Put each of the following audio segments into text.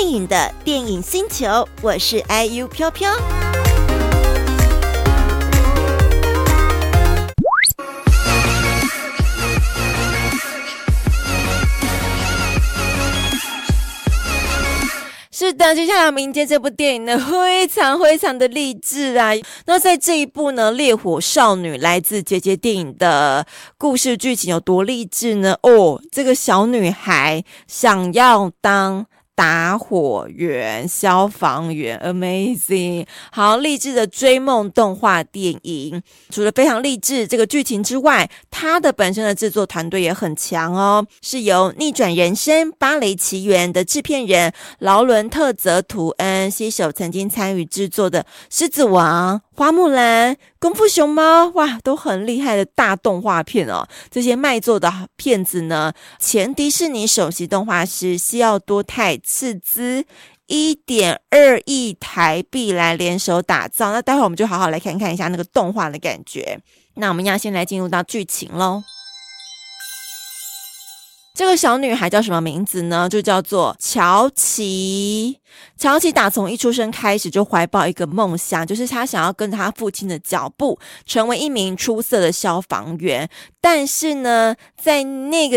电影的电影星球，我是 IU 飘飘。是的，接下来我们迎接这部电影呢，非常的励志啊！那在这一部呢，《烈火少女》来自姐姐电影的故事剧情有多励志呢？这个小女孩想要当打火员、消防员 ，amazing！ 好励志的追梦动画电影，除了非常励志这个剧情之外，它的本身的制作团队也很强哦，是由《逆转人生：芭蕾奇缘》的制片人劳伦特·泽图恩携手曾经参与制作的《狮子王》、花木兰、功夫熊猫，哇，都很厉害的大动画片哦。这些卖座的片子呢，前迪士尼首席动画师西奥多泰斥资1.2亿台币来联手打造。那待会我们就好好来看一下那个动画的感觉。那我们要先来进入到剧情咯。这个小女孩叫什么名字呢？就叫做乔琪。乔琪打从一出生开始就怀抱一个梦想，就是她想要跟着她父亲的脚步，成为一名出色的消防员。但是呢，在那个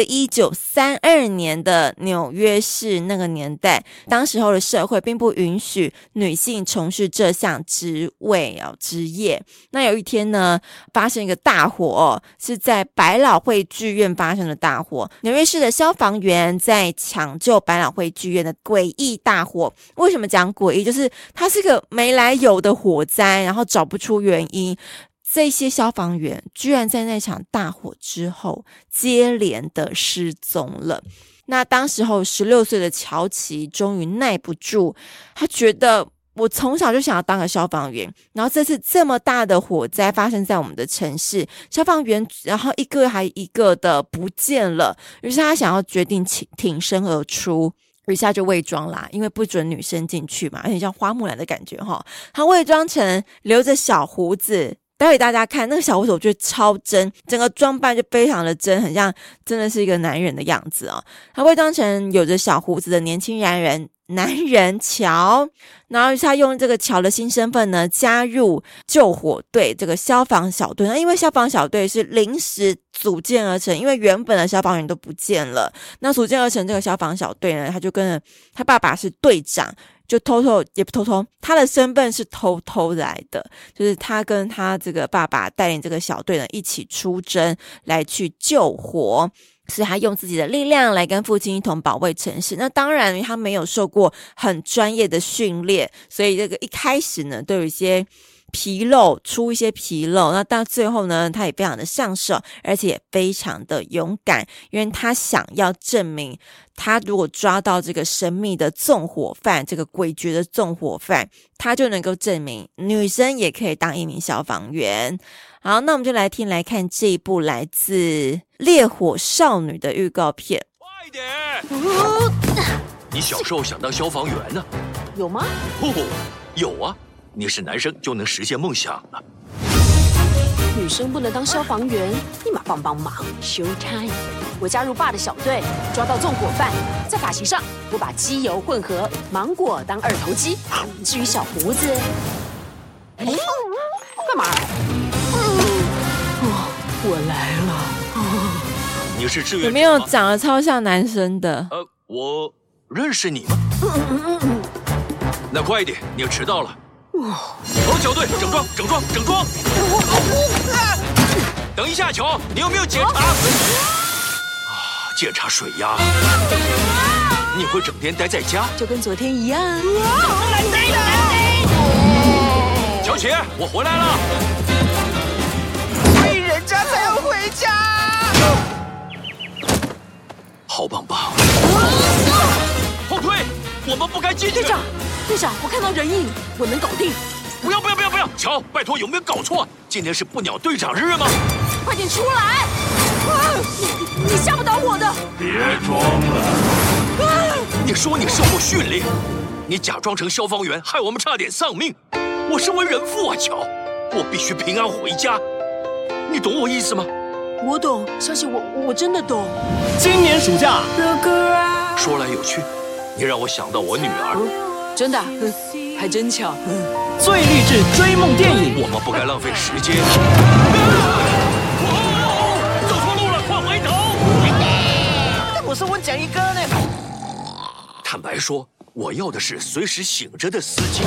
1932年的纽约市那个年代，当时候的社会并不允许女性从事这项职业。那有一天呢，发生一个大火是在百老汇剧院发生的大火。纽约市的消防员在抢救百老汇剧院的诡异大火。为什么讲诡异？就是它是个没来由的火灾，然后找不出原因。这些消防员居然在那场大火之后接连的失踪了。那当时候16岁的乔琪终于耐不住，他觉得我从小就想要当个消防员，然后这次这么大的火灾发生在我们的城市，消防员然后一个还一个的不见了，于是他想要决定挺身而出。于是他就伪装啦，因为不准女生进去嘛，而且像花木兰的感觉齁。他伪装成留着小胡子，待会大家看那个小胡子，我觉得超真，整个装扮就非常的真，很像真的是一个男人的样子哦。他伪装成有着小胡子的年轻男人乔，然后他用这个乔的新身份呢，加入救火队这个消防小队。那因为消防小队是临时组建而成，因为原本的消防员都不见了，那组建而成这个消防小队呢，他就跟他爸爸是队长，就他的身份是偷来的，就是他跟他这个爸爸带领这个小队呢一起出征来去救火。是他用自己的力量来跟父亲一同保卫城市。那当然他没有受过很专业的训练，所以这个一开始呢都有一些出一些纰漏。那到最后呢，他也非常的上手，而且也非常的勇敢，因为他想要证明，他如果抓到这个神秘的纵火犯，这个诡谲的纵火犯，他就能够证明女生也可以当一名消防员。好，那我们就来看这一部来自《烈火少女》的预告片。 快点！你小时候想当消防员呢？ 有吗？ 有啊，你是男生就能实现梦想了。 女生不能当消防员，立马帮忙 show time。我加入爸的小队，抓到纵火犯，在发型上我把机油混合芒果当二头肌。至于小胡子，干嘛？我来了。 你是志愿者吗？ 有没有长得超像男生的？ 我认识你吗？那快一点，你要迟到了。好，小队，整装！等一下，乔，你有没有检查？检查水压。你会整天待在家？ 就跟昨天一样。 小雪，我回来了。 所以人家才要回家。 好棒！后退，我们不该进去。 队长，我看到人影，我能搞定。 不要！乔，拜托，有没有搞错？今天是不鸟队长日吗？ 快点出来！你吓不倒我的。 别装了。 你说你受过训练，你假装成消防员，害我们差点丧命。我身为人父啊，乔，我必须平安回家。你懂我意思吗？ 我懂，相信我真的懂。 今年暑假， 说来有趣， 你让我想到我女儿。 真的，还真巧。 最励志追梦电影， 我们不该浪费时间。 走错路了，快回头！ 我是问讲一个呢。 坦白说，我要的是随时醒着的司机。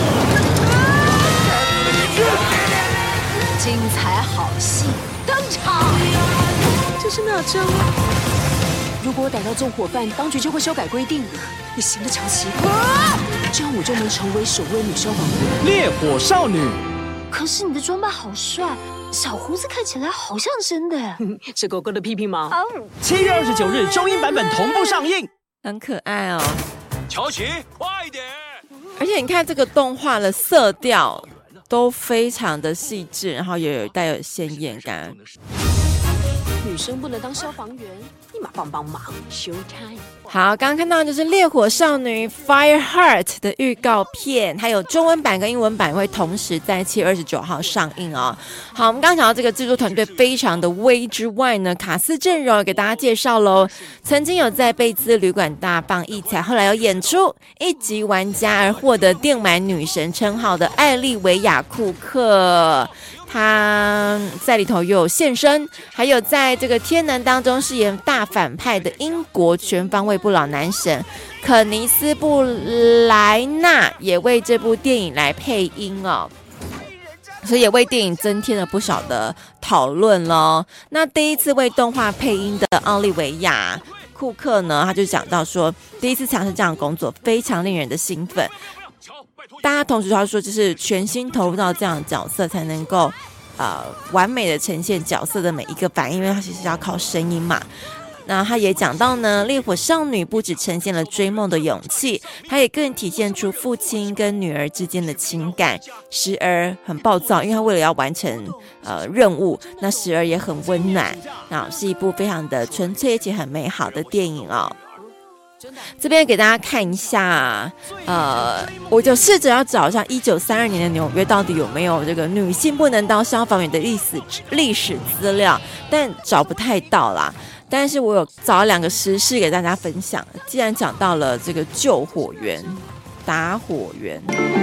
精彩好戏登场！这是哪招？如果我逮到纵火犯，当局就会修改规定。你行了，乔琪，这样我就能成为首位女消防员。 烈火少女， 可是你的装扮好帅，小胡子看起来好像真的。 是狗狗的屁屁吗 7月29日中英版本同步上映， 很可爱哦。 乔琪，快一点！ 而且你看这个动画的色调都非常的细致，然后也有带有鲜艳感。 女生不能当消防员，立马帮忙 show time。 好，刚刚看到的就是《烈火少女 Fireheart》的预告片，还有中文版跟英文版会同时在7月29号上映哦。好，我们刚刚讲到这个制作团队非常的威之外呢，卡司阵容给大家介绍喽。曾经有在贝兹旅馆大放异彩，后来有演出一级玩家而获得电玩女神称号的艾利维亚·库克。他在里头又有现身，还有在这个天能当中饰演大反派的英国全方位不老男神肯尼斯·布莱纳也为这部电影来配音哦，所以也为电影增添了不少的讨论咯。那第一次为动画配音的奥利维亚·库克呢，他就讲到说，第一次尝试这样的工作非常令人的兴奋。大家同时他说，就是全心投入到这样的角色，才能够完美的呈现角色的每一个反应，因为他其实要靠声音嘛。那他也讲到呢，烈火少女不只呈现了追梦的勇气，她也更体现出父亲跟女儿之间的情感，时而很暴躁，因为她为了要完成任务，那时而也很温暖，那是一部非常的纯粹且很美好的电影哦。这边给大家看一下，我就试着要找一下1932年的纽约到底有没有这个女性不能当消防员的历史资料，但找不太到啦。但是我有找了2个时事给大家分享。既然讲到了这个救火员、打火员，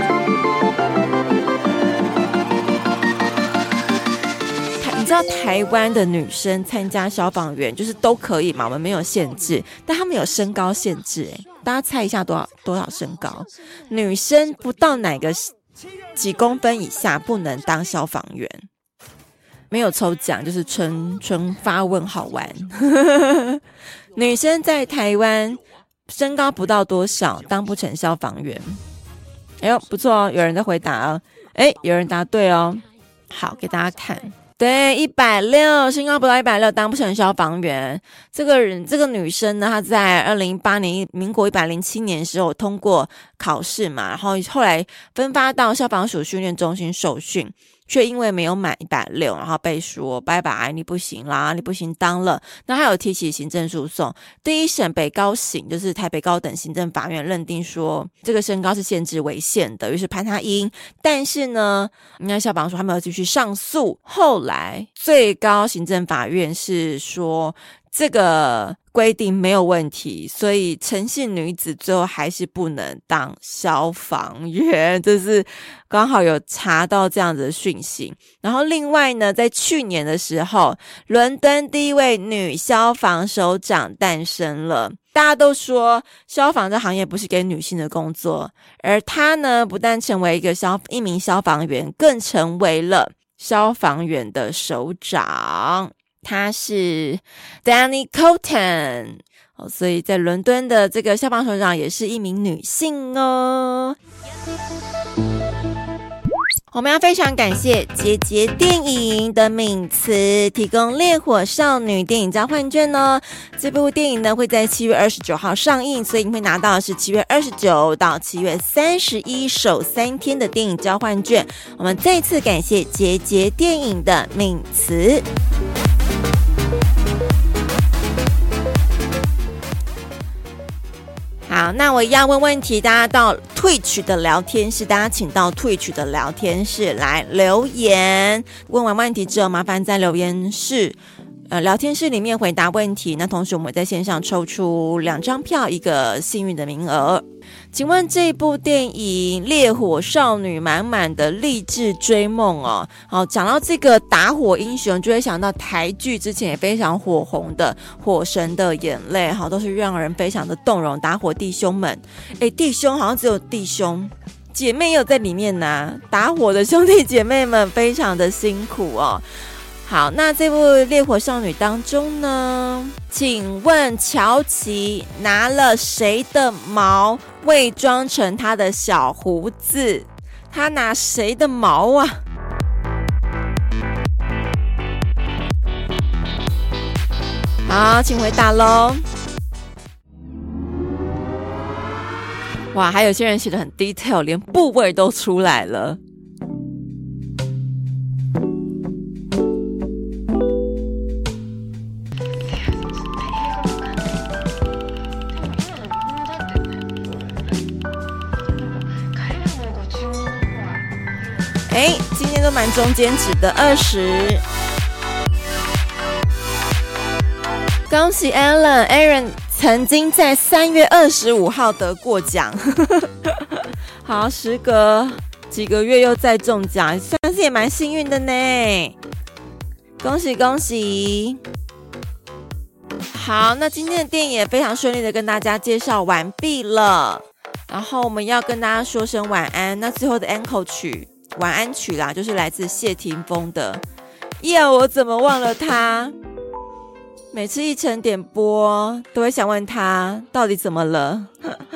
你知道台湾的女生参加消防员就是都可以嘛，我们没有限制，但他们有身高限制大家猜一下多少身高？女生不到哪个几公分以下不能当消防员？没有抽奖，就是纯发问好玩。女生在台湾身高不到多少当不成消防员？哎呦，不错哦，有人在回答哦。哎，有人答对哦。好，给大家看。对，160，身高不到160当不成消防员。这个女生呢，她在2018年民国107年的时候通过考试嘛，然后后来分发到消防署训练中心受训，却因为没有满160，然后被说拜拜，你不行啦，你不行当了。那还有提起行政诉讼，第一审北高行就是台北高等行政法院认定说这个身高是限制违宪的，于是判他赢。但是呢，应该消防说他们要继续上诉，后来最高行政法院是说这个规定没有问题，所以陈姓女子最后还是不能当消防员，这是刚好有查到这样子的讯息。然后另外呢，在去年的时候，伦敦第一位女消防首长诞生了。大家都说消防这行业不是给女性的工作，而她呢，不但成为一名消防员，更成为了消防员的首长。她是 Danny Colton，所以在伦敦的这个消防首长也是一名女性哦。我们要非常感谢杰杰电影的敏慈提供《烈火少女》电影交换券哦。这部电影呢会在7月29号上映，所以你会拿到的是7月29到7月31首3天的电影交换券。我们再次感谢杰杰电影的敏慈。好，那我一样问问题，大家到 Twitch 的聊天室，大家请到 Twitch 的聊天室来留言。问完问题之后，麻烦在留言室聊天室里面回答问题。那同时我们在线上抽出2张票，一个幸运的名额。请问这部电影《烈火少女》满满的励志追梦哦。好，讲到这个打火英雄，就会想到台剧之前也非常火红的《火神的眼泪》，好，都是让人非常的动容。打火弟兄们，弟兄好像只有弟兄，姐妹也有在里面呐。打火的兄弟姐妹们非常的辛苦哦。好，那这部《烈火少女》当中呢，请问乔琪拿了谁的毛伪装成他的小胡子？他拿谁的毛啊？好，请回答咯。哇，还有些人写得很 detail， 连部位都出来了。今天都蛮中间值的20。恭喜 Aaron 曾经在3月25号得过奖。好，时隔几个月又再中奖，算是也蛮幸运的呢。恭喜恭喜！好，那今天的电影也非常顺利的跟大家介绍完毕了，然后我们要跟大家说声晚安。那最后的 encore 曲晚安曲啦，就是来自谢霆锋的我怎么忘了他。每次一晨点播都会想问他到底怎么了。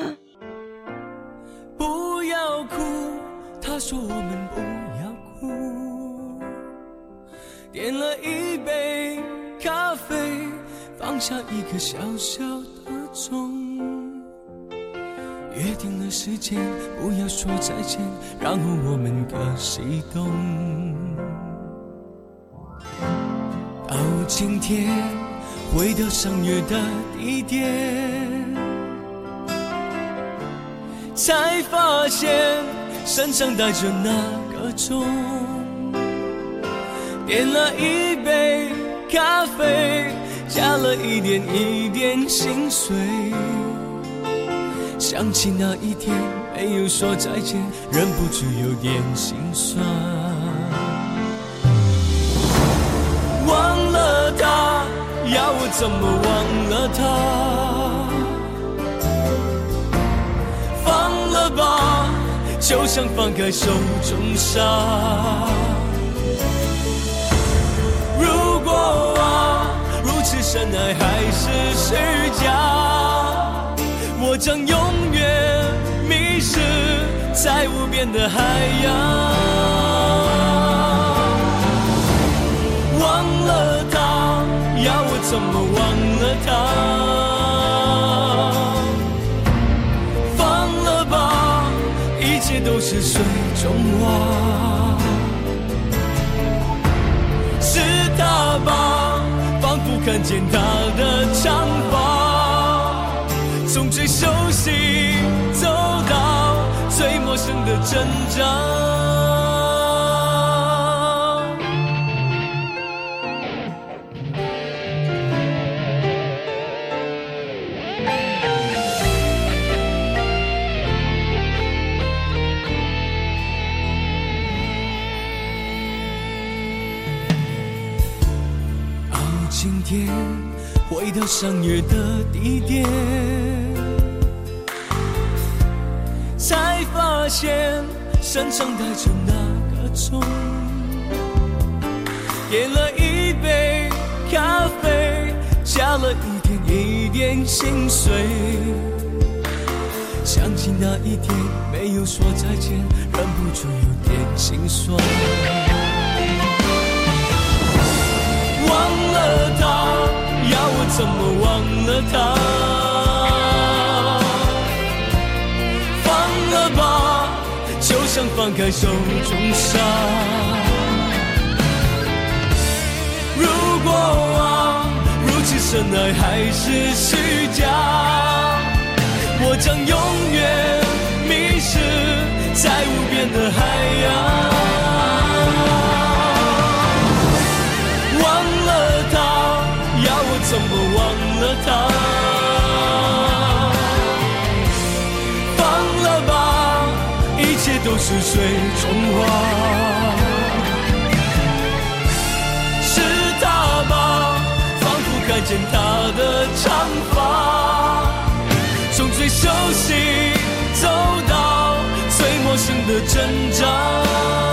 不要哭，他说我们不要哭。点了一杯咖啡，放下一颗小小的钟，约定了时间，不要说再见，然后我们各西东。到今天回到相约的地点，才发现身上带着那个钟。点了一杯咖啡，加了一点一点心碎，想起那一天没有说再见，忍不住有点心酸。忘了他，要我怎么忘了他？放了吧，就像放开手中沙。如果如此深爱还是虚假，我将永远迷失在无边的海洋。忘了他，要我怎么忘了他？放了吧，一切都是水中花。是他吧，仿佛看见他的长发，从最熟悉走到最陌生的挣扎。今天回到相约的地点，才发现身上带着那个钟。点了一杯咖啡，加了一点一点心碎，想起那一天没有说再见，忍不住有点心酸。忘了他，要我怎么忘了他？放了吧，就像放开手中沙。如果如此深爱还是虚假，我将永远迷失在无边的海洋。忘了他， 他。放了吧，一切都是水中花。是他吧，仿佛看见他的长发，从最熟悉走到最陌生的挣扎。